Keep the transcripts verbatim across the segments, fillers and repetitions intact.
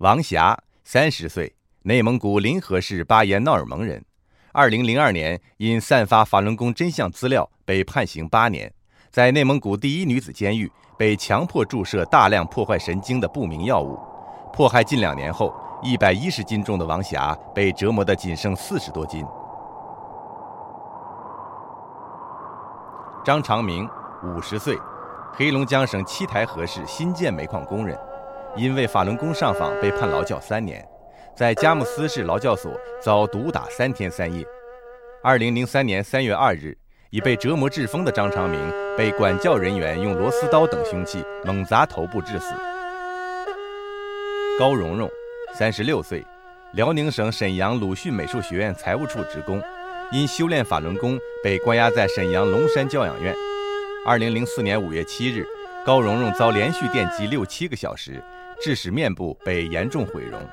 王霞，三十岁，内蒙古临河市巴彦淖尔盟人。二零零二年因散发法轮功真相资料被判刑八年，在内蒙古第一女子监狱被强迫注射大量破坏神经的不明药物。迫害近两年后，一百一十斤重的王霞被折磨得仅剩四十多斤。张长明，五十岁，黑龙江省七台河市新建煤矿工人，因为法轮功上访被判劳教三年，在佳木斯市劳教所遭毒打三天三夜。二零零三年三月二日，已被折磨致疯的张长明被管教人员用螺丝刀等凶器猛砸头部致死。高蓉蓉，三十六岁，辽宁省沈阳鲁迅美术学院财务处职工，因修炼法轮功被关押在沈阳龙山教养院。二零零四年五月七日，高蓉蓉遭连续电击六七个小时，致使面部被严重毁容。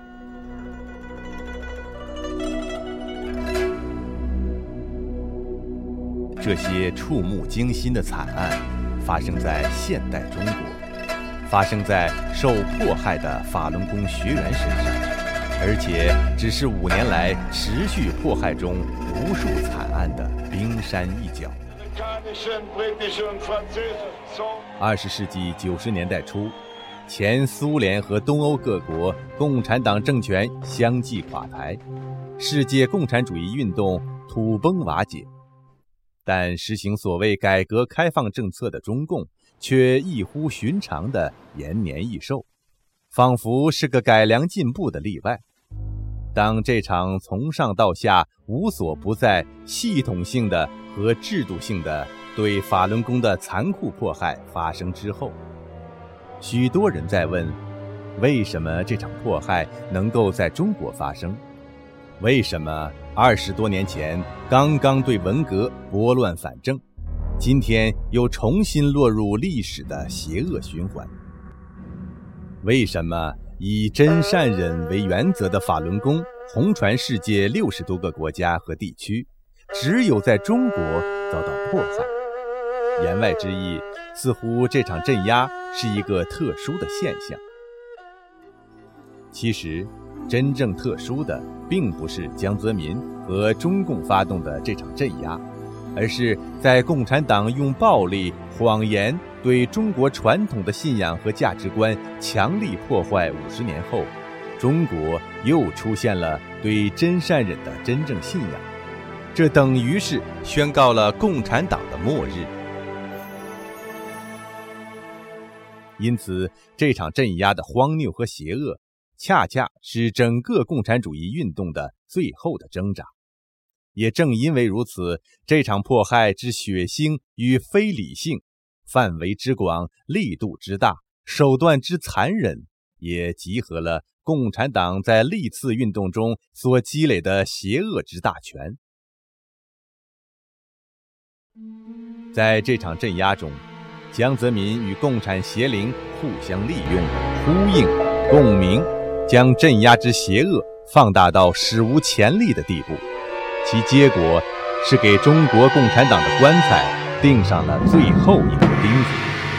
这些触目惊心的惨案发生在现代中国，发生在受迫害的法轮功学员身上，而且只是五年来持续迫害中无数惨案的冰山一角。二十世纪九十年代初，前苏联和东欧各国共产党政权相继垮台，世界共产主义运动土崩瓦解。但实行所谓改革开放政策的中共却异乎寻常地延年益寿，仿佛是个改良进步的例外。当这场从上到下无所不在、系统性的和制度性的对法轮功的残酷迫害发生之后，许多人在问，为什么这场迫害能够在中国发生？为什么二十多年前刚刚对文革拨乱反正，今天又重新落入历史的邪恶循环？为什么以真善忍为原则的法轮功红传世界六十多个国家和地区，只有在中国遭到迫害？言外之意，似乎这场镇压是一个特殊的现象。其实真正特殊的并不是江泽民和中共发动的这场镇压，而是在共产党用暴力、谎言对中国传统的信仰和价值观强力破坏五十年后，中国又出现了对真善忍的真正信仰，这等于是宣告了共产党的末日。因此，这场镇压的荒谬和邪恶，恰恰是整个共产主义运动的最后的挣扎。也正因为如此，这场迫害之血腥与非理性，范围之广，力度之大，手段之残忍，也集合了共产党在历次运动中所积累的邪恶之大全。在这场镇压中，江泽民与共产邪灵互相利用、呼应、共鸣，将镇压之邪恶放大到史无前例的地步，其结果是给中国共产党的棺材钉上了最后一颗钉子。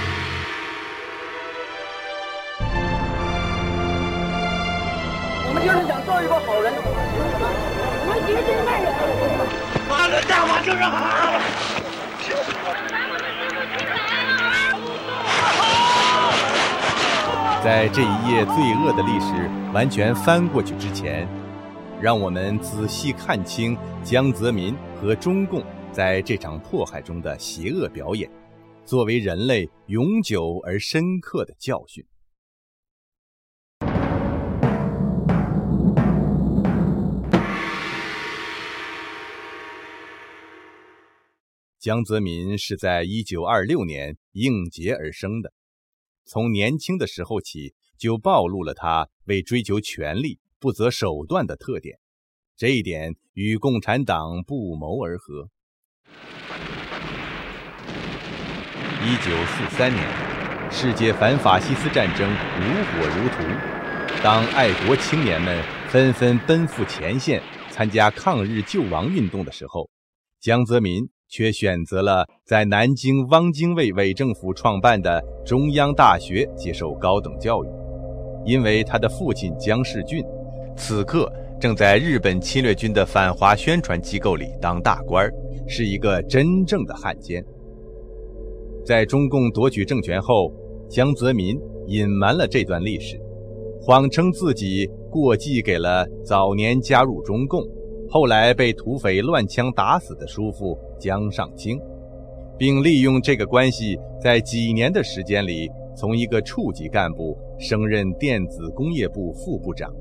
我们就是想做一个好人，我们绝对爱人。妈的，大法就是好。 在这一页罪恶的历史完全翻过去之前，让我们仔细看清江泽民和中共在这场迫害中的邪恶表演，作为人类永久而深刻的教训。江泽民是在一九二六年应节而生的，从年轻的时候起就暴露了他为追求权力不择手段的特点，这一点与共产党不谋而合。一九四三年，世界反法西斯战争如火如荼，当爱国青年们纷纷奔赴前线参加抗日救亡运动的时候，江泽民却选择了在南京汪精卫伪政府创办的中央大学接受高等教育。 因为他的父亲江世俊此刻正在日本侵略军的反华宣传机构里当大官，是一个真正的汉奸。在中共夺取政权后，江泽民隐瞒了这段历史，谎称自己过继给了早年加入中共，后来被土匪乱枪打死的叔父江上清，并利用这个关系，在几年的时间里，从一个处级干部升任电子工业部副部长。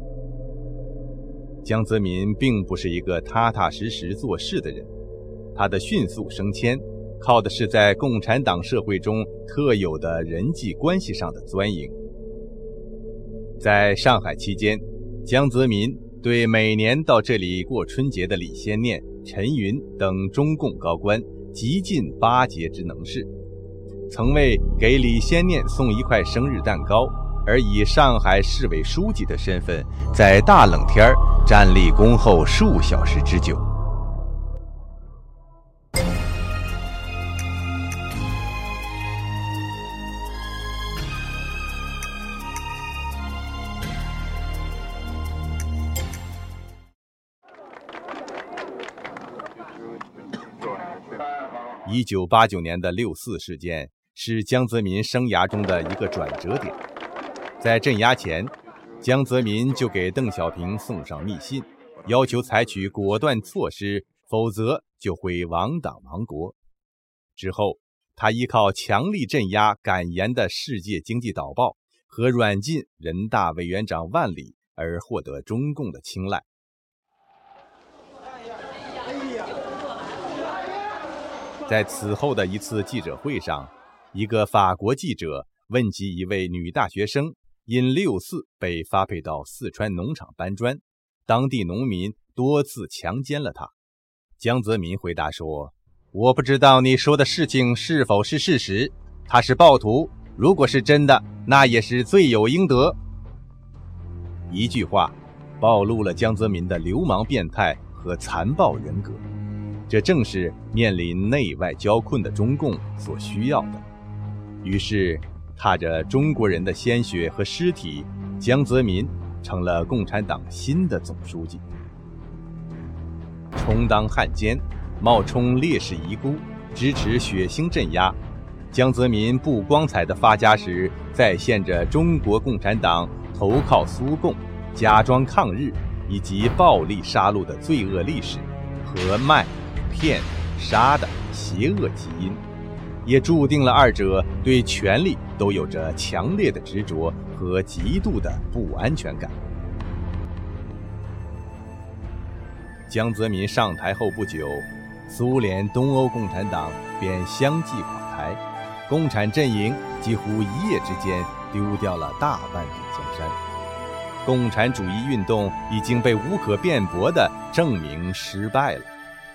江泽民并不是一个踏踏实实做事的人，他的迅速升迁靠的是在共产党社会中特有的人际关系上的钻营。在上海期间，江泽民对每年到这里过春节的李先念、陈云等中共高官极尽巴结之能事，曾为给李先念送一块生日蛋糕而以上海市委书记的身份，在大冷天站立恭候数小时之久。一九八九年的六四事件是江泽民生涯中的一个转折点。在镇压前，江泽民就给邓小平送上密信，要求采取果断措施，否则就会亡党亡国。之后，他依靠强力镇压敢言的《世界经济导报》和软禁人大委员长万里而获得中共的青睐。在此后的一次记者会上，一个法国记者问及一位女大学生因六四被发配到四川农场搬砖，当地农民多次强奸了她。江泽民回答说，我不知道你说的事情是否是事实，他是暴徒，如果是真的，那也是罪有应得。一句话暴露了江泽民的流氓变态和残暴人格，这正是面临内外交困的中共所需要的。于是踏着中国人的鲜血和尸体，江泽民成了共产党新的总书记。充当汉奸，冒充烈士遗孤，支持血腥镇压，江泽民不光彩的发家史再现着中国共产党投靠苏共、假装抗日以及暴力杀戮的罪恶历史和卖、骗、杀的邪恶基因，也注定了二者对权力都有着强烈的执着和极度的不安全感。江泽民上台后不久，苏联东欧共产党便相继垮台，共产阵营几乎一夜之间丢掉了大半壁江山，共产主义运动已经被无可辩驳地证明失败了。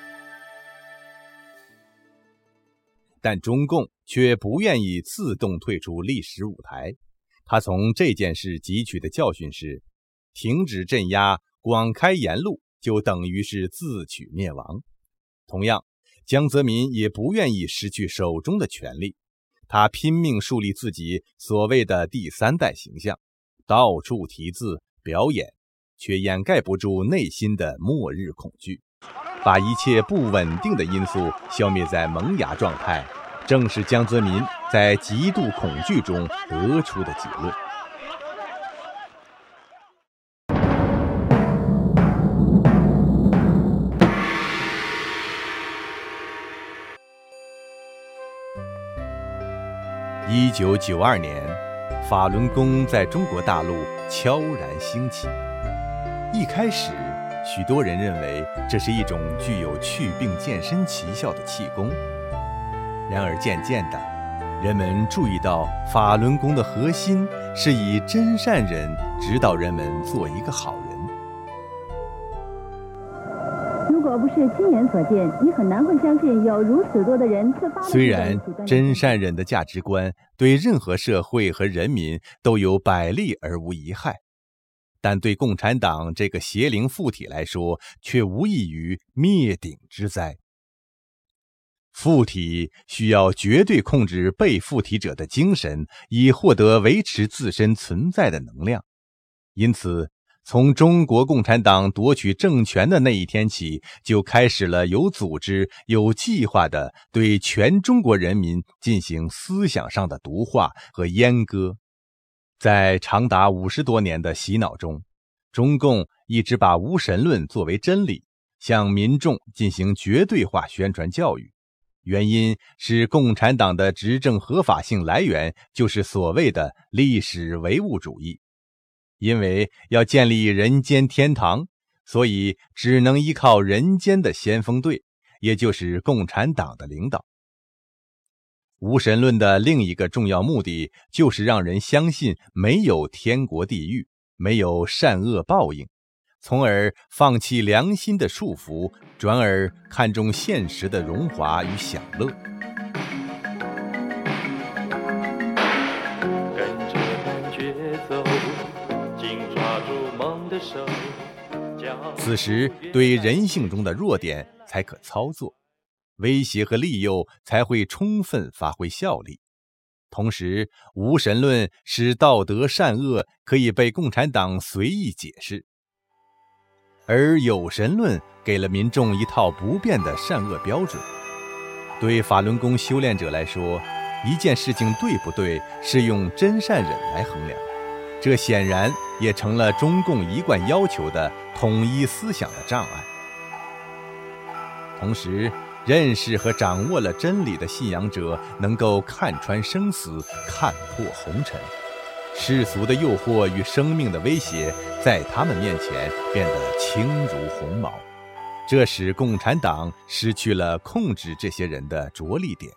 但中共却不愿意自动退出历史舞台，他从这件事汲取的教训是，停止镇压，广开言路，就等于是自取灭亡。同样，江泽民也不愿意失去手中的权力，他拼命树立自己所谓的第三代形象，到处题字表演，却掩盖不住内心的末日恐惧，把一切不稳定的因素消灭在萌芽状态，正是江泽民在极度恐惧中得出的结论。一九九二年，法轮功在中国大陆悄然兴起。一开始，许多人认为这是一种具有祛病健身奇效的气功。然而渐渐的，人们注意到法轮功的核心是以真善忍指导人们做一个好人。 如果不是亲眼所见，你很难会相信有如此多的人自发。 虽然真善忍的价值观对任何社会和人民都有百利而无一害，但对共产党这个邪灵附体来说，却无异于灭顶之灾。 附体需要绝对控制被附体者的精神，以获得维持自身存在的能量。因此，从中国共产党夺取政权的那一天起，就开始了有组织、有计划的对全中国人民进行思想上的毒化和阉割。在长达五十多年的洗脑中，中共一直把无神论作为真理，向民众进行绝对化宣传教育。原因是共产党的执政合法性来源就是所谓的历史唯物主义。因为要建立人间天堂，所以只能依靠人间的先锋队，也就是共产党的领导。无神论的另一个重要目的就是让人相信没有天国地狱，没有善恶报应，从而放弃良心的束缚，转而看重现实的荣华与享乐。 跟着感觉走，紧抓住梦的手。 此时对人性中的弱点才可操作，威胁和利诱才会充分发挥效力。同时，无神论使道德善恶可以被共产党随意解释，而有神论给了民众一套不变的善恶标准。对法轮功修炼者来说，一件事情对不对是用真善忍来衡量，这显然也成了中共一贯要求的统一思想的障碍。同时，认识和掌握了真理的信仰者能够看穿生死，看破红尘，世俗的诱惑与生命的威胁在他们面前变得轻如鸿毛，这使共产党失去了控制这些人的着力点。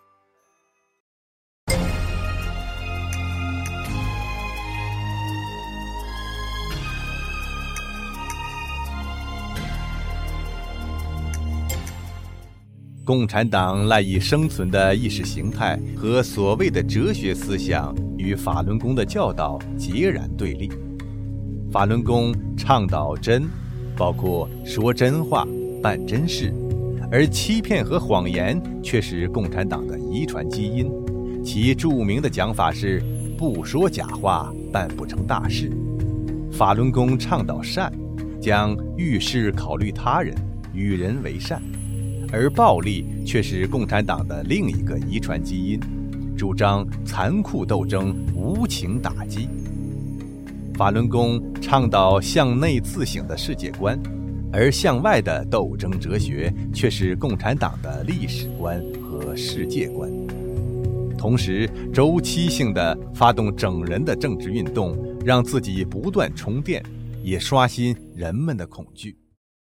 共产党赖以生存的意识形态和所谓的哲学思想与法轮功的教导截然对立。法轮功倡导真，包括说真话、办真事，而欺骗和谎言却是共产党的遗传基因。其著名的讲法是不说假话，办不成大事。法轮功倡导善，将遇事考虑他人，与人为善，而暴力却是共产党的另一个遗传基因，主张残酷斗争、无情打击。法轮功倡导向内自省的世界观，而向外的斗争哲学却是共产党的历史观和世界观。同时，周期性地发动整人的政治运动，让自己不断充电，也刷新人们的恐惧。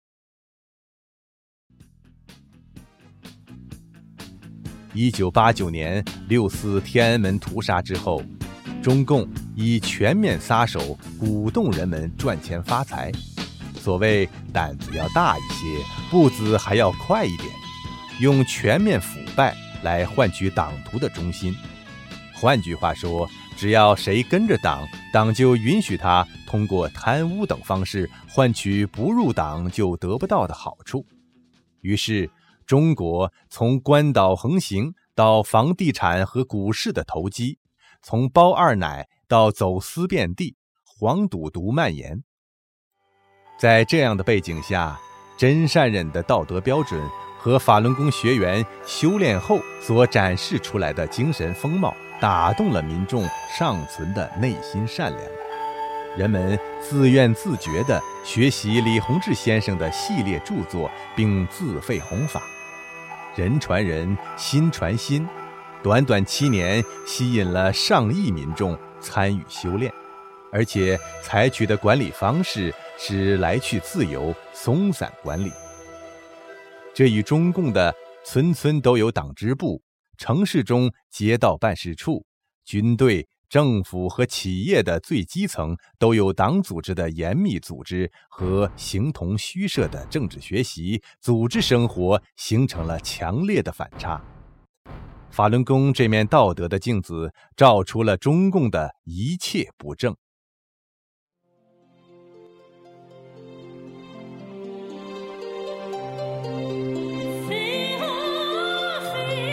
一九八九年六四天安门屠杀之后，中共以全面撒手鼓动人们赚钱发财，所谓胆子要大一些，步子还要快一点，用全面腐败来换取党徒的忠心。换句话说，只要谁跟着党，党就允许他通过贪污等方式换取不入党就得不到的好处。于是中国从官岛横行到房地产和股市的投机，从包二奶到走私遍地，黄赌毒蔓延。在这样的背景下，真善忍的道德标准和法轮功学员修炼后所展示出来的精神风貌，打动了民众尚存的内心善良。人们自愿自觉地学习李洪志先生的系列著作，并自费弘法。人传人，心传心，短短七年吸引了上亿民众参与修炼，而且采取的管理方式是来去自由、松散管理。这与中共的村村都有党支部，城市中街道办事处、军队、政府和企业的最基层都有党组织的严密组织和形同虚设的政治学习、组织生活形成了强烈的反差。法轮功这面道德的镜子照出了中共的一切不正。 飞啊飞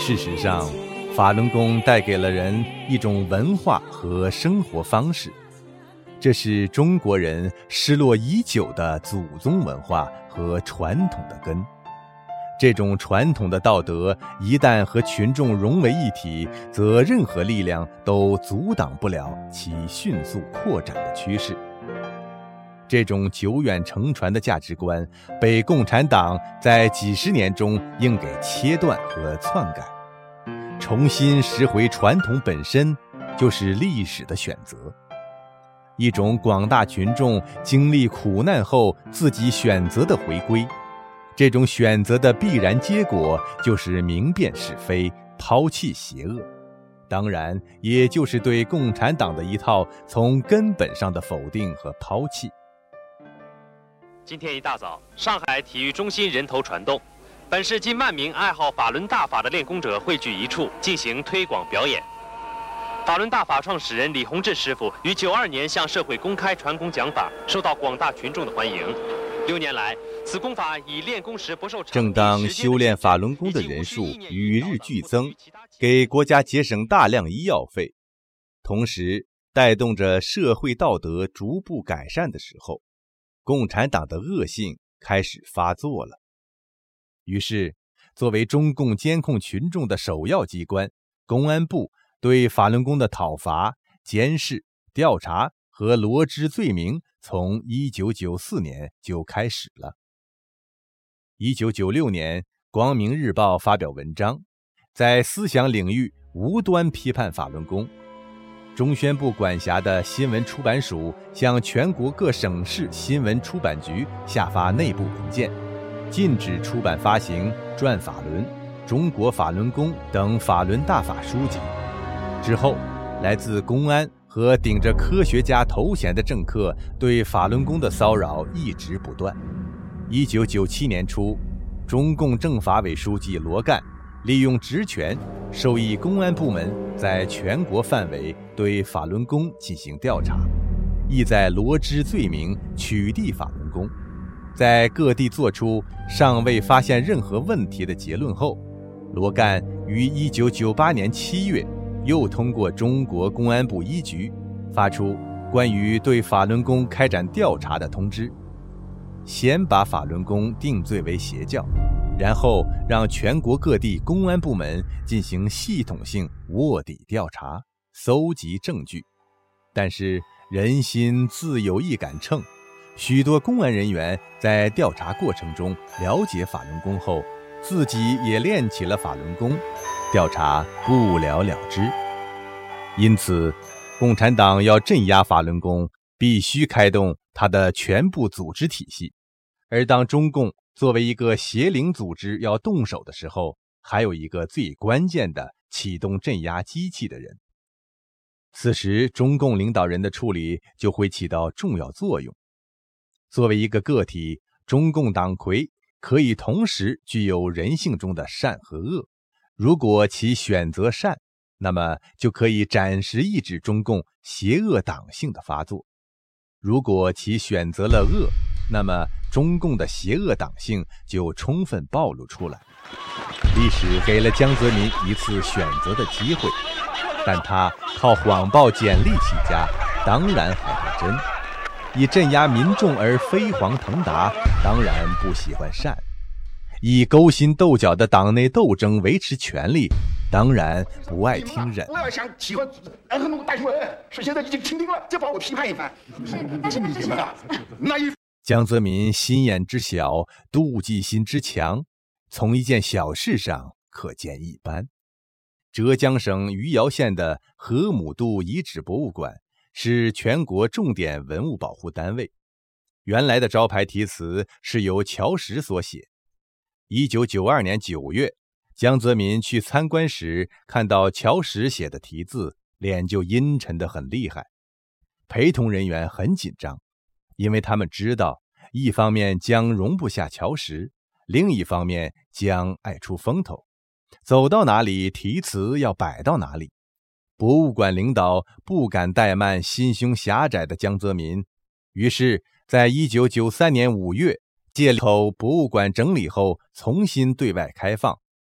事实上，法轮功带给了人一种文化和生活方式，这是中国人失落已久的祖宗文化和传统的根。这种传统的道德一旦和群众融为一体，则任何力量都阻挡不了其迅速扩展的趋势。这种久远承传的价值观被共产党在几十年中硬给切断和篡改，重新拾回传统本身就是历史的选择，一种广大群众经历苦难后自己选择的回归。这种选择的必然结果就是明辨是非，抛弃邪恶，当然也就是对共产党的一套从根本上的否定和抛弃。 今天一大早，上海体育中心人头攒动，本市近万名爱好法轮大法的练功者汇聚一处进行推广表演。法轮大法创始人李洪志师傅于九二年向社会公开传功讲法，受到广大群众的欢迎。六年来，此功法以练功时不受场地正当修炼法轮功的人数与日俱增，给国家节省大量医药费，同时带动着社会道德逐步改善的时候，共产党的恶性开始发作了。于是，作为中共监控群众的首要机关，公安部对法轮功的讨伐、监视、调查和罗织罪名从一九九四年就开始了。一九九六年，光明日报发表文章，在思想领域无端批判法轮功。中宣部管辖的新闻出版署向全国各省市新闻出版局下发内部文件，禁止出版发行《转法轮》《中国法轮功》等法轮大法书籍。之后，来自公安和顶着科学家头衔的政客对法轮功的骚扰一直不断。一九九七年初，中共政法委书记罗干利用职权，授意公安部门在全国范围对法轮功进行调查，意在罗织罪名，取缔法轮功。在各地做出尚未发现任何问题的结论后，罗干于一九九八年七月又通过中国公安部一局发出关于对法轮功开展调查的通知，先把法轮功定罪为邪教，然后让全国各地公安部门进行系统性卧底调查，搜集证据。但是人心自有一杆秤，许多公安人员在调查过程中了解法轮功后，自己也练起了法轮功，调查不了了之。因此，共产党要镇压法轮功，必须开动它的全部组织体系。而当中共作为一个邪灵组织要动手的时候，还有一个最关键的启动镇压机器的人。此时，中共领导人的处理就会起到重要作用。作为一个个体，中共党魁可以同时具有人性中的善和恶。如果其选择善，那么就可以暂时抑制中共邪恶党性的发作；如果其选择了恶，那么中共的邪恶党性就充分暴露出来。历史给了江泽民一次选择的机会，但他靠谎报简历起家，当然害怕真；以镇压民众而飞黄腾达，当然不喜欢善；以勾心斗角的党内斗争维持权力，当然不爱听忍。 我要想喜欢安和弄大新闻，是现在已经清定了，再帮我批判一番。 是，但是但是那一江泽民心眼之小，妒忌心之强，从一件小事上可见一斑。浙江省余姚县的河姆渡遗址博物馆是全国重点文物保护单位，原来的招牌题词是由乔石所写。一九九二年九月，江泽民去参观时，看到乔石写的题字，脸就阴沉得很厉害。陪同人员很紧张，因为他们知道，一方面将容不下乔石，另一方面将爱出风头，走到哪里题词要摆到哪里。博物馆领导不敢怠慢心胸狭窄的江泽民，于是在一九九三年五月，借口博物馆整理后重新对外开放，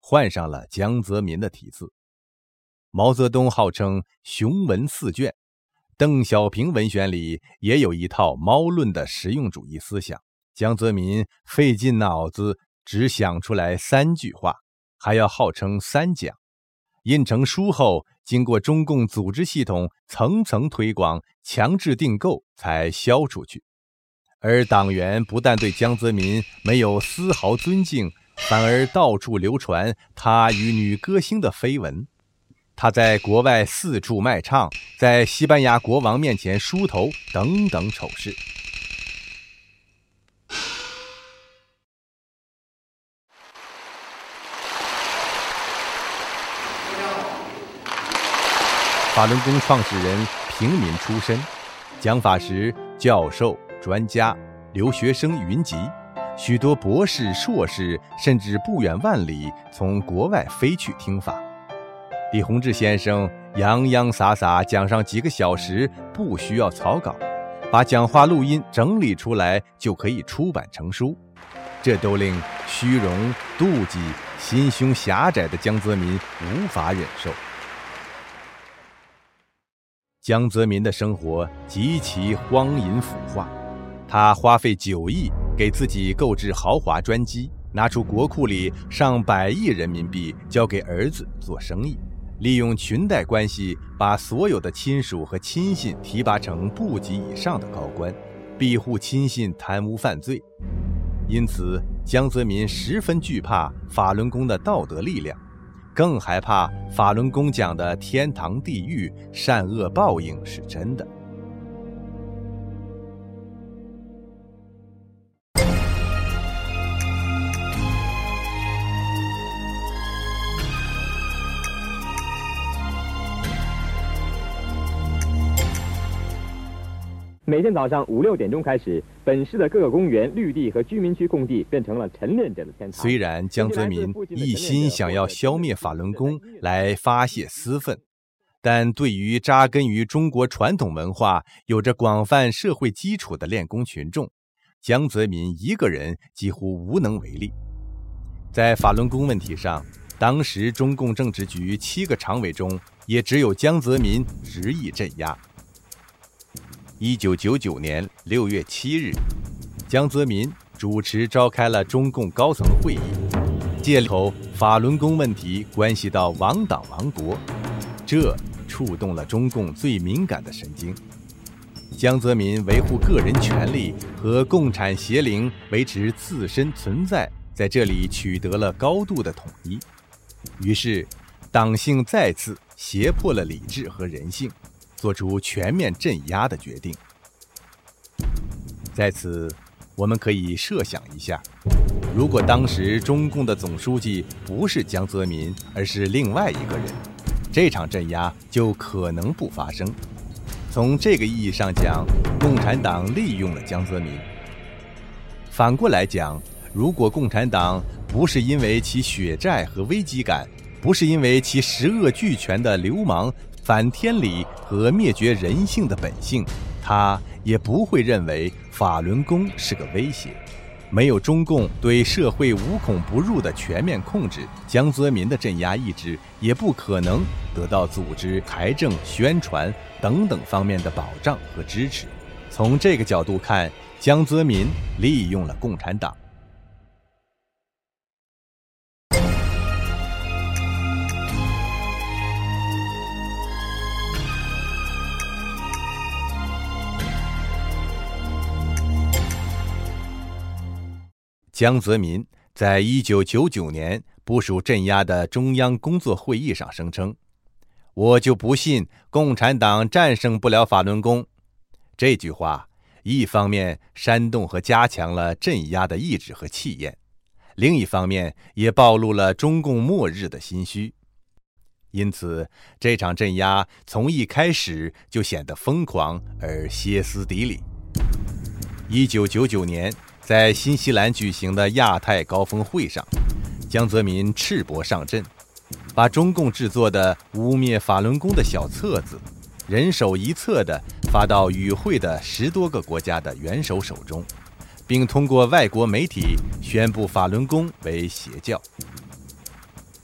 换上了江泽民的题字。毛泽东号称雄文四卷，邓小平文选里也有一套猫论的实用主义思想，江泽民费尽脑子只想出来三句话，还要号称三讲。印成书后，经过中共组织系统层层推广，强制订购才销出去。而党员不但对江泽民没有丝毫尊敬，反而到处流传他与女歌星的绯闻。他在国外四处卖唱，在西班牙国王面前梳头等等丑事。法轮功创始人平民出身，讲法时教授、专家、留学生云集，许多博士、硕士甚至不远万里从国外飞去听法。李洪志先生洋洋洒洒讲上几个小时，不需要草稿，把讲话录音整理出来就可以出版成书，这都令虚荣、妒忌、心胸狭窄的江泽民无法忍受。江泽民的生活极其荒淫腐化，他花费九亿给自己购置豪华专机，拿出国库里上百亿人民币交给儿子做生意，利用裙带关系把所有的亲属和亲信提拔成部级以上的高官，庇护亲信贪污犯罪。因此江泽民十分惧怕法轮功的道德力量，更害怕法轮功讲的天堂地狱、善恶报应是真的。 每天早上五六点钟开始，本市的各个公园、绿地和居民区空地变成了晨练者的天堂。 虽然江泽民一心想要消灭法轮功来发泄私愤，但对于扎根于中国传统文化、有着广泛社会基础的练功群众，江泽民一个人几乎无能为力。在法轮功问题上，当时中共政治局七个常委中，也只有江泽民执意镇压。一九九九年六月七日，江泽民主持召开了中共高层会议，借口法轮功问题关系到亡党亡国，这触动了中共最敏感的神经。江泽民维护个人权利和共产邪灵维持自身存在，在这里取得了高度的统一。于是党性再次胁迫了理智和人性，做出全面镇压的决定。在此，我们可以设想一下，如果当时中共的总书记不是江泽民，而是另外一个人，这场镇压就可能不发生。从这个意义上讲，共产党利用了江泽民。反过来讲，如果共产党不是因为其血债和危机感，不是因为其十恶俱全的流氓、反天理和灭绝人性的本性，他也不会认为法轮功是个威胁。没有中共对社会无孔不入的全面控制，江泽民的镇压意志也不可能得到组织、财政、宣传等等方面的保障和支持。从这个角度看，江泽民利用了共产党。江泽民在一九九九年部署镇压的中央工作会议上声称：“我就不信共产党战胜不了法轮功。”这句话一方面煽动和加强了镇压的意志和气焰，另一方面也暴露了中共末日的心虚。因此，这场镇压从一开始就显得疯狂而歇斯底里。一九九九年，在新西兰举行的亚太高峰会上，江泽民赤膊上阵，把中共制作的污蔑法轮功的小册子人手一册地发到与会的十多个国家的元首手中，并通过外国媒体宣布法轮功为邪教。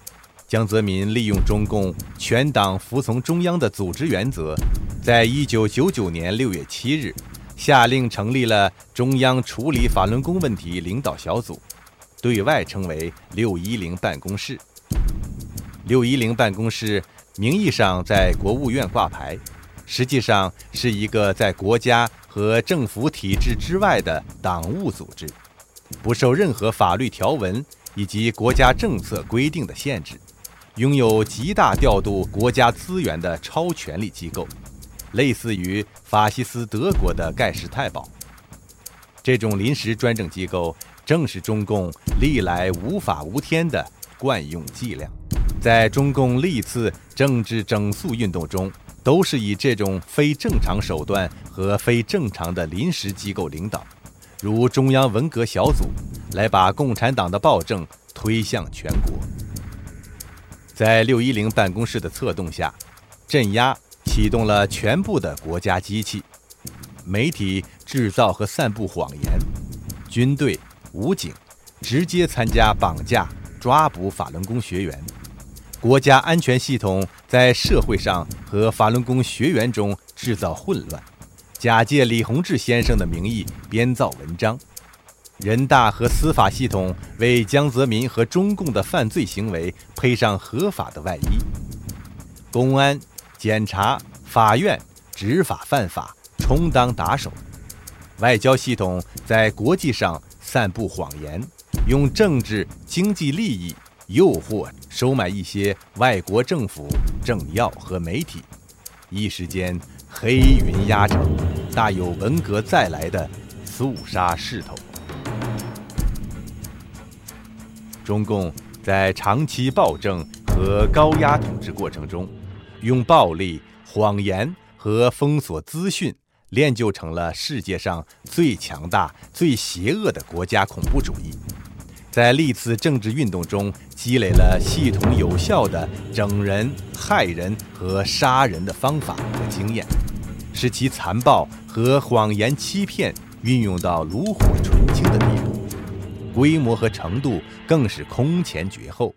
江泽民利用中共全党服从中央的组织原则，在一九九九年六月七日下令成立了中央处理法轮功问题领导小组，对外称为六一零办公室。六一零办公室名义上在国务院挂牌，实际上是一个在国家和政府体制之外的党务组织，不受任何法律条文以及国家政策规定的限制，拥有极大调度国家资源的超权力机构，类似于法西斯德国的盖世太保。这种临时专政机构正是中共历来无法无天的惯用伎俩，在中共历次政治整肃运动中，都是以这种非正常手段和非正常的临时机构领导，如中央文革小组，来把共产党的暴政推向全国。在六一零办公室的策动下，镇压启动了全部的国家机器，媒体制造和散布谎言，军队、武警直接参加绑架、抓捕法轮功学员，国家安全系统在社会上和法轮功学员中制造混乱，假借李洪志先生的名义编造文章，人大和司法系统为江泽民和中共的犯罪行为披上合法的外衣，公安、检察、法院执法犯法，充当打手，外交系统在国际上散布谎言，用政治经济利益诱惑收买一些外国政府、政要和媒体，一时间黑云压城，大有文革再来的肃杀势头。中共在长期暴政和高压统治过程中，用暴力、谎言和封锁资讯练就成了世界上最强大、最邪恶的国家恐怖主义，在历次政治运动中积累了系统有效的整人、害人和杀人的方法和经验，使其残暴和谎言欺骗运用到炉火纯青的地步，规模和程度更是空前绝后。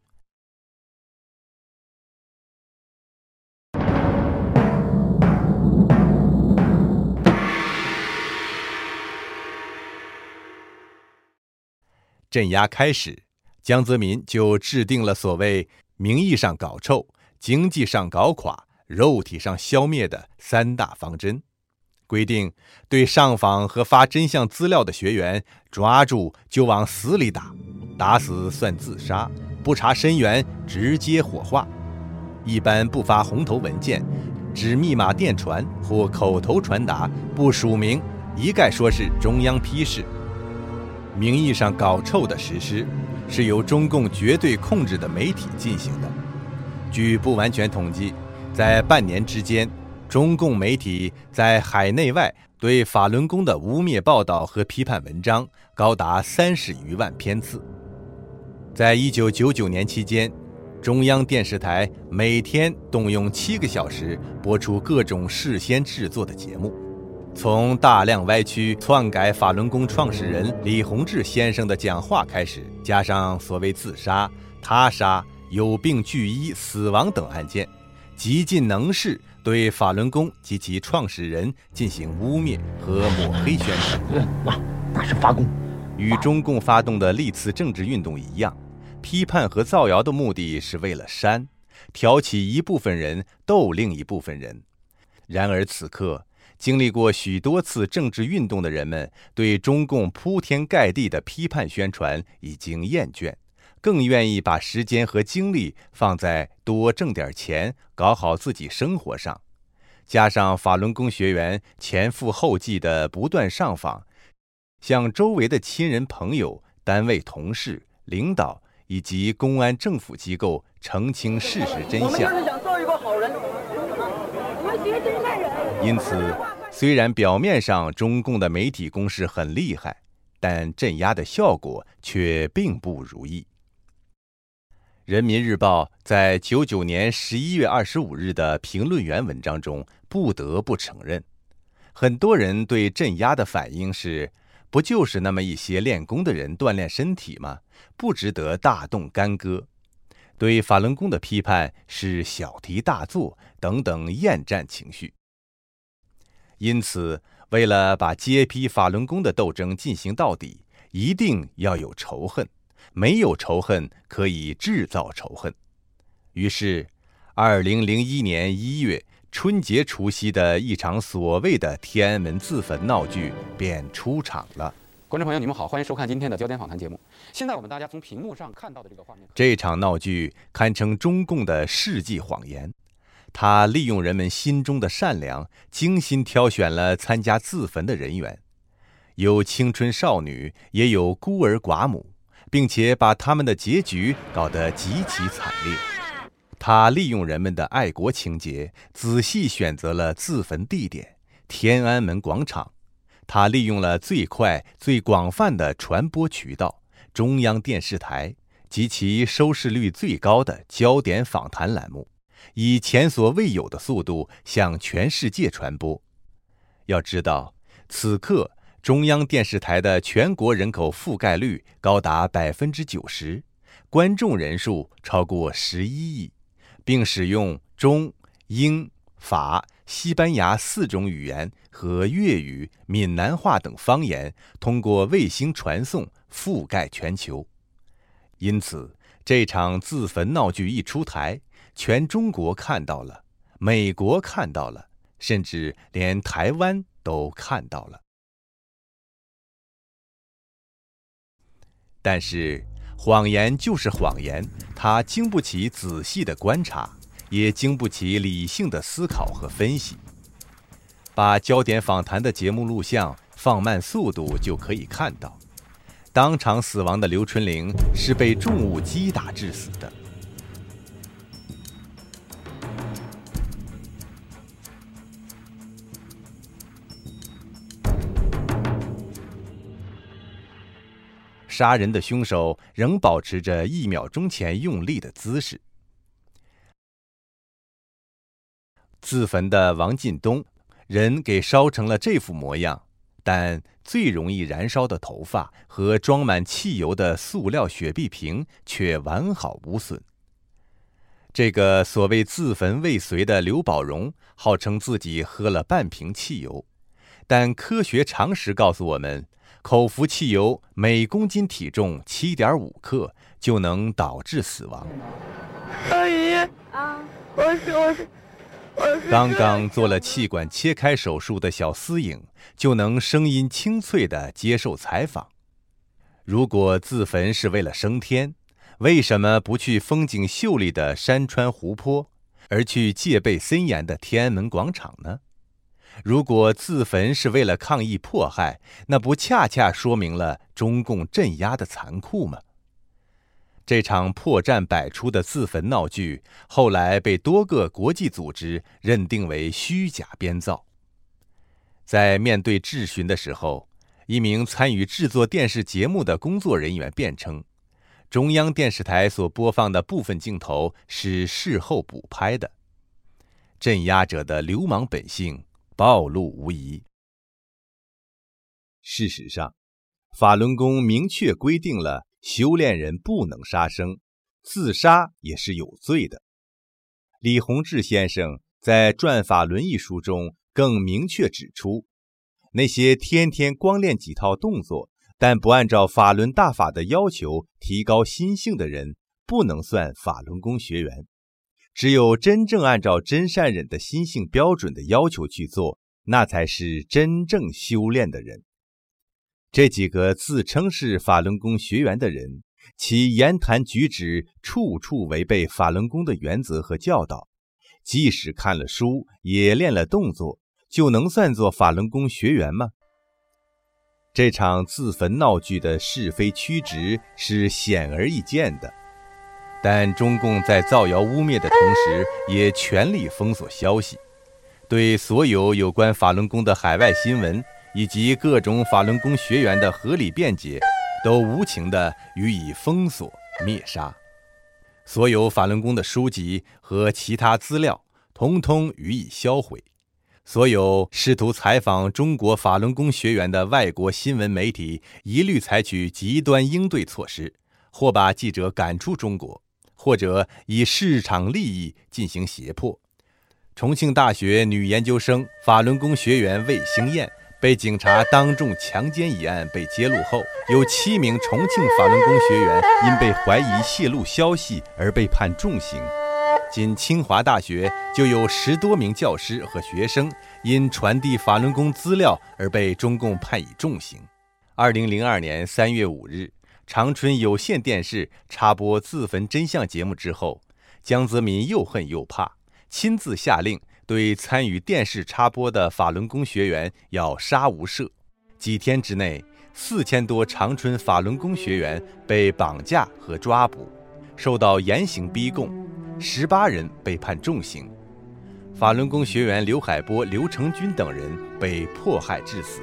镇压开始，江泽民就制定了所谓名义上搞臭、经济上搞垮、肉体上消灭的三大方针，规定对上访和发真相资料的学员，抓住就往死里打，打死算自杀，不查身源直接火化，一般不发红头文件，只密码电传或口头传达，不署名，一概说是中央批示。名义上搞臭的实施是由中共绝对控制的媒体进行的。据不完全统计，在半年之间，中共媒体在海内外对法轮功的污蔑报道和批判文章高达三十余万篇次。在一九九九年期间，中央电视台每天动用七个小时播出各种事先制作的节目，从大量歪曲篡改法轮功创始人李洪志先生的讲话开始，加上所谓自杀、他杀、有病拒医、死亡等案件，极尽能事对法轮功及其创始人进行污蔑和抹黑宣传。 那那是发功。 与中共发动的历次政治运动一样，批判和造谣的目的是为了煽，挑起一部分人斗另一部分人。然而此刻，经历过许多次政治运动的人们，对中共铺天盖地的批判宣传已经厌倦，更愿意把时间和精力放在多挣点钱、搞好自己生活上。加上法轮功学员前赴后继的不断上访，向周围的亲人朋友、单位同事、领导以及公安政府机构澄清事实真相。 我们就是想做一个好人，我们学真善人。 因此，虽然表面上中共的媒体攻势很厉害，但镇压的效果却并不如意。人民日报在九九年十一月二十五日的评论员文章中不得不承认，很多人对镇压的反应是，不就是那么一些练功的人锻炼身体吗？不值得大动干戈。 对法轮功的批判是小题大做等等厌战情绪。因此，为了把揭批法轮功的斗争进行到底，一定要有仇恨，没有仇恨可以制造仇恨。于是，二零零一年一月春节除夕的一场所谓的天安门自焚闹剧便出场了。 观众朋友，你们好，欢迎收看今天的焦点访谈节目。现在我们大家从屏幕上看到的这个画面， 这场闹剧堪称中共的世纪谎言。他利用人们心中的善良，精心挑选了参加自焚的人员，有青春少女，也有孤儿寡母，并且把他们的结局搞得极其惨烈。他利用人们的爱国情节，仔细选择了自焚地点天安门广场。他利用了最快最广泛的传播渠道中央电视台及其收视率最高的焦点访谈栏目，以前所未有的速度向全世界传播。要知道，此刻中央电视台的全国人口覆盖率高达百分之九十，观众人数超过十一亿，并使用中、英、法、西班牙四种语言和粤语、闽南话等方言，通过卫星传送覆盖全球。因此，这场自焚闹剧一出台，全中国看到了，美国看到了，甚至连台湾都看到了。但是，谎言就是谎言，它经不起仔细的观察，也经不起理性的思考和分析。把焦点访谈的节目录像放慢速度就可以看到，当场死亡的刘春玲是被重物击打致死的。杀人的凶手仍保持着一秒钟前用力的姿势。自焚的王进东，人给烧成了这副模样，但最容易燃烧的头发和装满汽油的塑料雪碧瓶却完好无损。这个所谓自焚未遂的刘宝荣，号称自己喝了半瓶汽油，但科学常识告诉我们，口服汽油每公斤体重 七点五 克就能导致死亡。 阿姨啊，我是我是刚刚做了气管切开手术的小思颖，就能声音清脆地接受采访。如果自焚是为了升天，为什么不去风景秀丽的山川湖泊，而去戒备森严的天安门广场呢？如果自焚是为了抗议迫害，那不恰恰说明了中共镇压的残酷吗？这场破绽百出的自焚闹剧，后来被多个国际组织认定为虚假编造。在面对质询的时候，一名参与制作电视节目的工作人员辩称，中央电视台所播放的部分镜头是事后补拍的。镇压者的流氓本性暴露无遗。事实上，法轮功明确规定了修炼人不能杀生，自杀也是有罪的。李洪志先生在《转法轮》一书中更明确指出，那些天天光练几套动作，但不按照法轮大法的要求提高心性的人，不能算法轮功学员。只有真正按照真善忍的心性标准的要求去做，那才是真正修炼的人。这几个自称是法轮功学员的人，其言谈举止处处违背法轮功的原则和教导，即使看了书也练了动作，就能算作法轮功学员吗？这场自焚闹剧的是非曲直是显而易见的，但中共在造谣污蔑的同时，也全力封锁消息，对所有有关法轮功的海外新闻以及各种法轮功学员的合理辩解，都无情地予以封锁灭杀。所有法轮功的书籍和其他资料，统统予以销毁。所有试图采访中国法轮功学员的外国新闻媒体，一律采取极端应对措施，或把记者赶出中国， 或者以市场利益进行胁迫。重庆大学女研究生、法轮功学员魏兴燕被警察当众强奸一案被揭露后，有七名重庆法轮功学员因被怀疑泄露消息而被判重刑。仅清华大学就有十多名教师和学生因传递法轮功资料而被中共判以重刑。二零零二年三月五日，长春有线电视插播自焚真相节目之后，江泽民又恨又怕，亲自下令对参与电视插播的法轮功学员要杀无赦。几天之内，四千多长春法轮功学员被绑架和抓捕，受到严刑逼供，十八人被判重刑。法轮功学员刘海波、刘成军等人被迫害致死。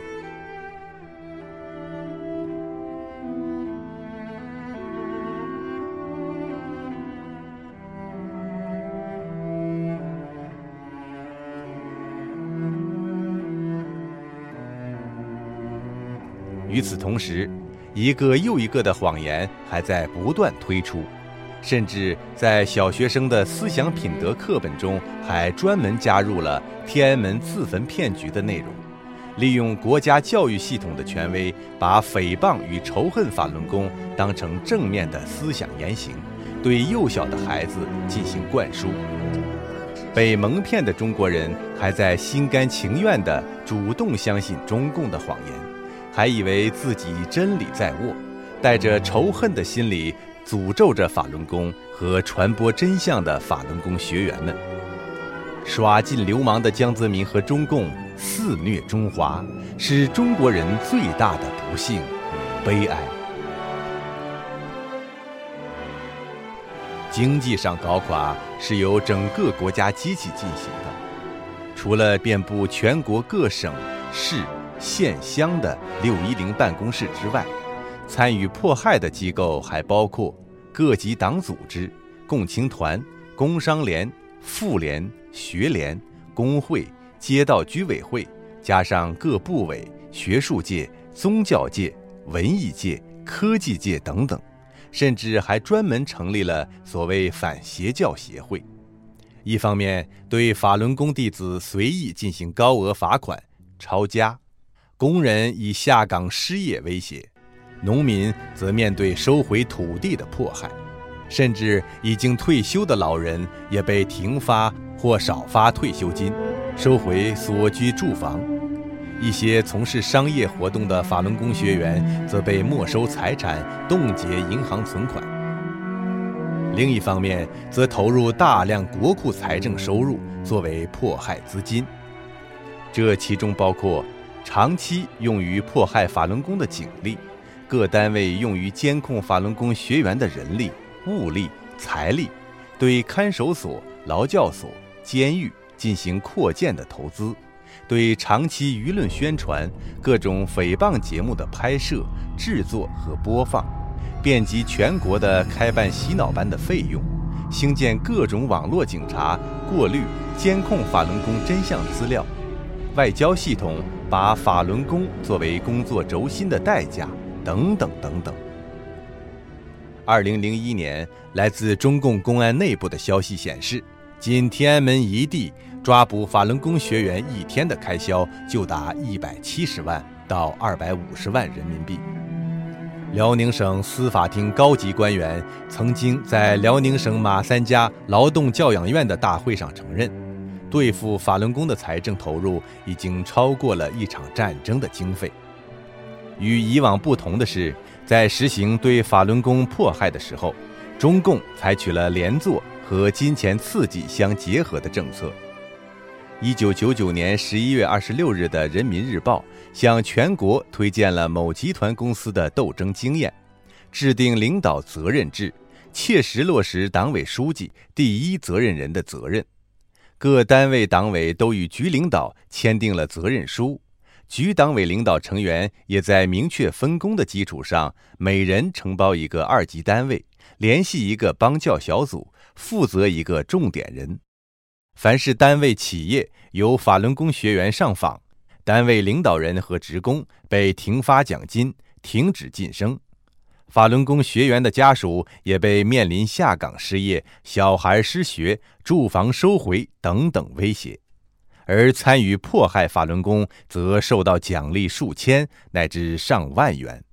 与此同时，一个又一个的谎言还在不断推出，甚至在小学生的思想品德课本中还专门加入了天安门自焚骗局的内容，利用国家教育系统的权威，把诽谤与仇恨法轮功当成正面的思想言行，对幼小的孩子进行灌输。被蒙骗的中国人还在心甘情愿地主动相信中共的谎言，还以为自己真理在握，带着仇恨的心理诅咒着法轮功和传播真相的法轮功学员们。耍尽流氓的江泽民和中共肆虐中华，是中国人最大的不幸与悲哀。经济上搞垮是由整个国家机器进行的，除了遍布全国各省市县乡的六一零办公室之外，参与迫害的机构还包括各级党组织、共青团、工商联、妇联、学联、工会、街道居委会，加上各部委、学术界、宗教界、文艺界、科技界等等，甚至还专门成立了所谓反邪教协会。一方面对法轮功弟子随意进行高额罚款、抄家，工人以下岗失业威胁，农民则面对收回土地的迫害，甚至已经退休的老人也被停发或少发退休金，收回所居住房。一些从事商业活动的法轮功学员则被没收财产、冻结银行存款。另一方面，则投入大量国库财政收入作为迫害资金，这其中包括长期用于迫害法轮功的警力，各单位用于监控法轮功学员的人力、物力、财力，对看守所、劳教所、监狱进行扩建的投资，对长期舆论宣传、各种诽谤节目的拍摄、制作和播放，遍及全国的开办洗脑班的费用，兴建各种网络警察，过滤、监控法轮功真相资料，外交系统把法轮功作为工作轴心的代价，等等等等。二零零一年，来自中共公安内部的消息显示，仅天安门一地抓捕法轮功学员一天的开销就达一百七十万到二百五十万人民币。辽宁省司法厅高级官员曾经在辽宁省马三家劳动教养院的大会上承认，对付法轮功的财政投入已经超过了一场战争的经费。与以往不同的是，在实行对法轮功迫害的时候，中共采取了连坐和金钱刺激相结合的政策。一九九九年十一月二十六日的《人民日报》向全国推荐了某集团公司的斗争经验，制定领导责任制，切实落实党委书记第一责任人的责任。各单位党委都与局领导签订了责任书，局党委领导成员也在明确分工的基础上，每人承包一个二级单位，联系一个帮教小组，负责一个重点人。凡是单位企业有法轮功学员上访，单位领导人和职工被停发奖金、停止晋升。 法轮功学员的家属也被面临下岗失业、小孩失学、住房收回等等威胁，而参与迫害法轮功则受到奖励数千乃至上万元。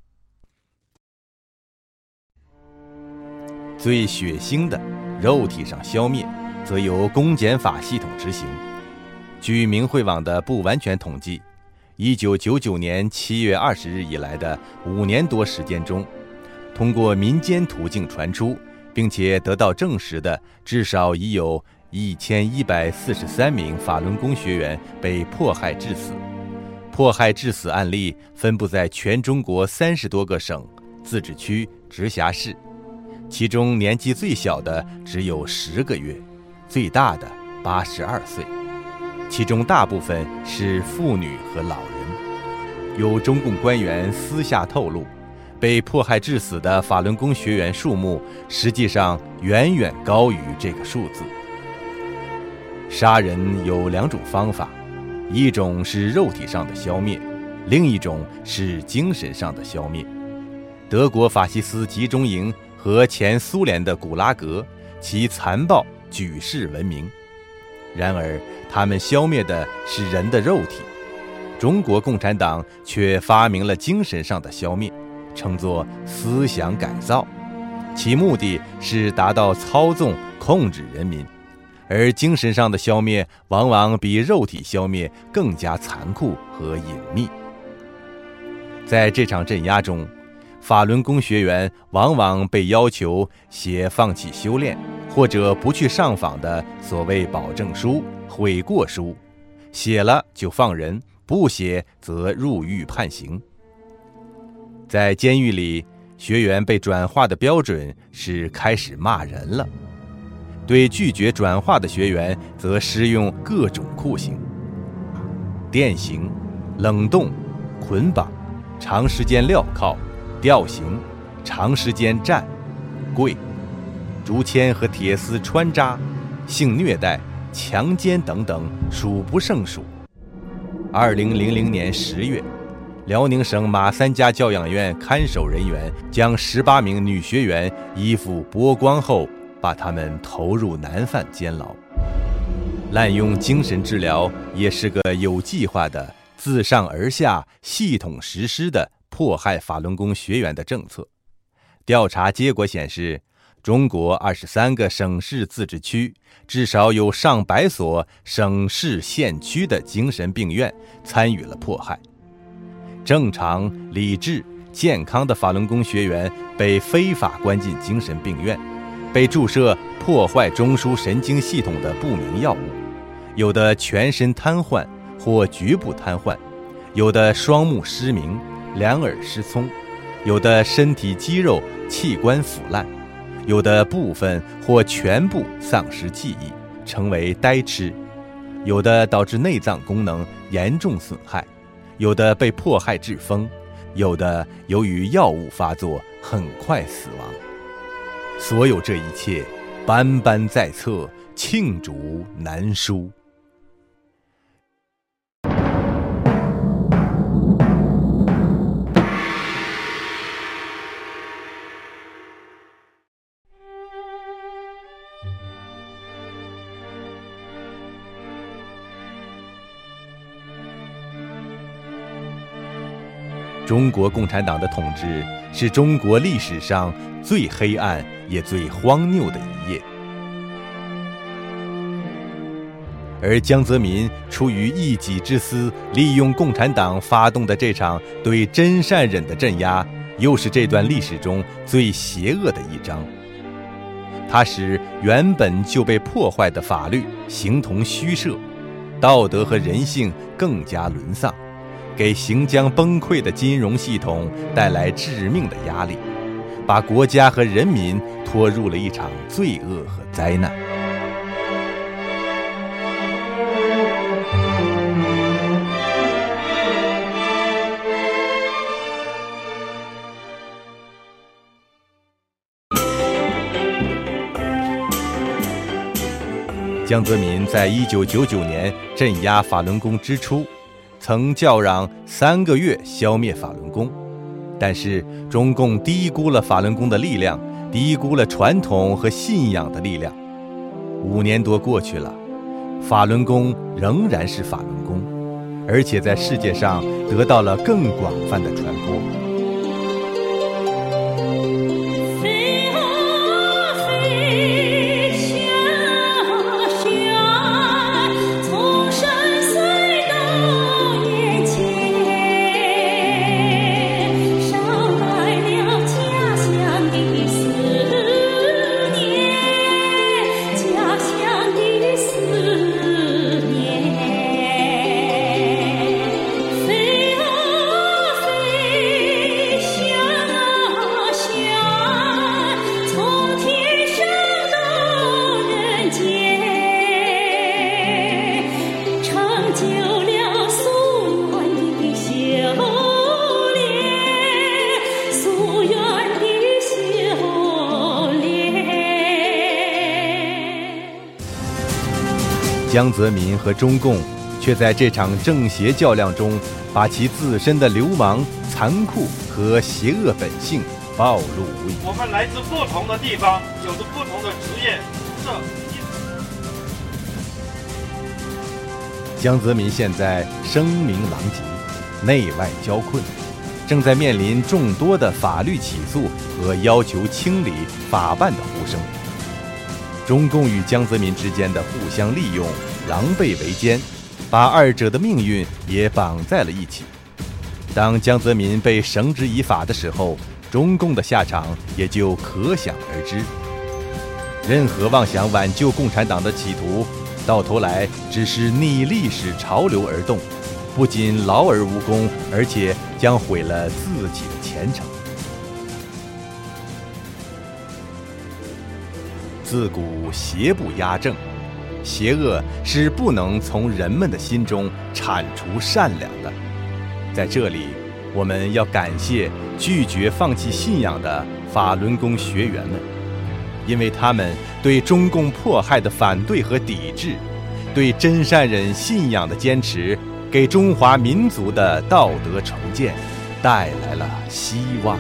最血腥的肉体上消灭，则由公检法系统执行。据明慧网的不完全统计，一九九九年七月二十日以来的五年多时间中，通过民间途径传出并且得到证实的，至少已有一千一百四十三名法轮功学员被迫害致死。迫害致死案例分布在全中国三十多个省、自治区、直辖市，其中年纪最小的只有十个月，最大的八十二岁，其中大部分是妇女和老人。有中共官员私下透露，被迫害致死的法轮功学员数目实际上远远高于这个数字。杀人有两种方法，一种是肉体上的消灭，另一种是精神上的消灭。德国法西斯集中营和前苏联的古拉格，其残暴举世闻名。然而他们消灭的是人的肉体，中国共产党却发明了精神上的消灭，称作思想改造，其目的是达到操纵控制人民，而精神上的消灭往往比肉体消灭更加残酷和隐秘。在这场镇压中，法轮功学员往往被要求写放弃修炼或者不去上访的所谓保证书、悔过书，写了就放人，不写则入狱判刑。在监狱里，学员被转化的标准是开始骂人了，对拒绝转化的学员则施用各种酷刑：电刑、冷冻、捆绑、长时间镣铐、吊刑、长时间站、跪、竹签和铁丝穿扎、性虐待、强奸等等，数不胜数。二零零零年十月，辽宁省马三家教养院看守人员将十八名女学员衣服剥光后，把他们投入南范监牢。滥用精神治疗也是个有计划的、自上而下、系统实施的迫害法轮功学员的政策。调查结果显示，中国二十三个省市自治区至少有上百所省市县区的精神病院参与了迫害。正常、理智、健康的法轮功学员被非法关进精神病院，被注射破坏中枢神经系统的不明药物，有的全身瘫痪或局部瘫痪，有的双目失明、两耳失聪，有的身体肌肉器官腐烂，有的部分或全部丧失记忆，成为呆痴，有的导致内脏功能严重损害，有的被迫害致疯，有的由于药物发作很快死亡。所有这一切斑斑在册，罄竹难书。中国共产党的统治是中国历史上最黑暗也最荒谬的一页，而江泽民出于一己之私，利用共产党发动的这场对真善忍的镇压，又是这段历史中最邪恶的一章。它使原本就被破坏的法律形同虚设，道德和人性更加沦丧，给行将崩溃的金融系统带来致命的压力，把国家和人民拖入了一场罪恶和灾难。江泽民在一九九九年镇压法轮功之初，曾叫嚷三个月消灭法轮功， 但是中共低估了法轮功的力量，低估了传统和信仰的力量。五年多过去了，法轮功仍然是法轮功，而且在世界上得到了更广泛的传播。江泽民和中共却在这场正邪较量中，把其自身的流氓、残酷和邪恶本性暴露无遗。 我们来自不同的地方，有着不同的职业。这江泽民现在声名狼藉，内外交困，正在面临众多的法律起诉和要求清理法办的呼声。中共与江泽民之间的互相利用、狼狈为奸，把二者的命运也绑在了一起。当江泽民被绳之以法的时候，中共的下场也就可想而知。任何妄想挽救共产党的企图，到头来只是逆历史潮流而动，不仅劳而无功，而且将毁了自己的前程。自古邪不压正，邪恶是不能从人们的心中铲除善良的。在这里，我们要感谢拒绝放弃信仰的法轮功学员们，因为他们对中共迫害的反对和抵制，对真善忍信仰的坚持，给中华民族的道德重建带来了希望。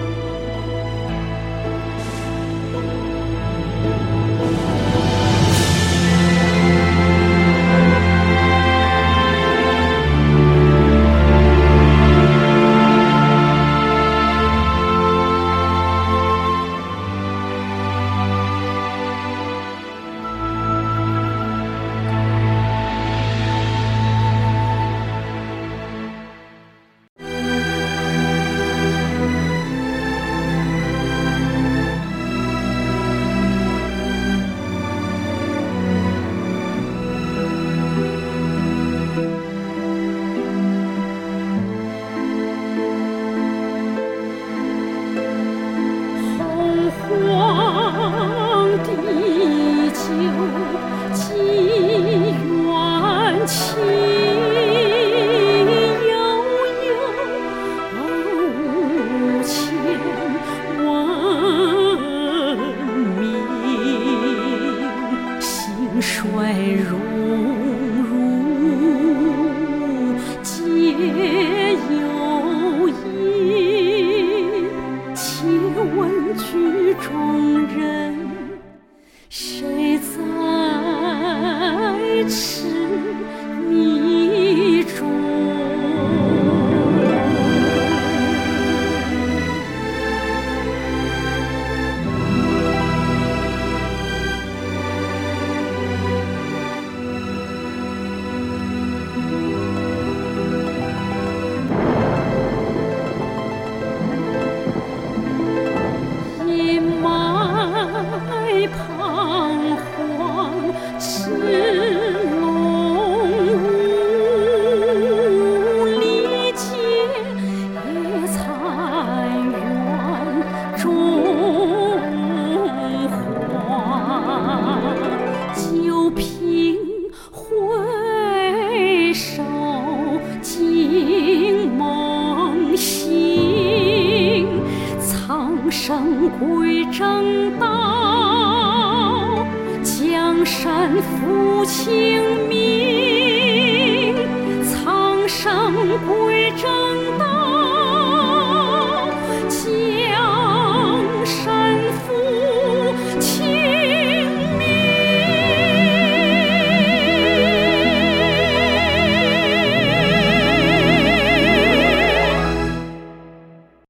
生归正道，江山抚清明。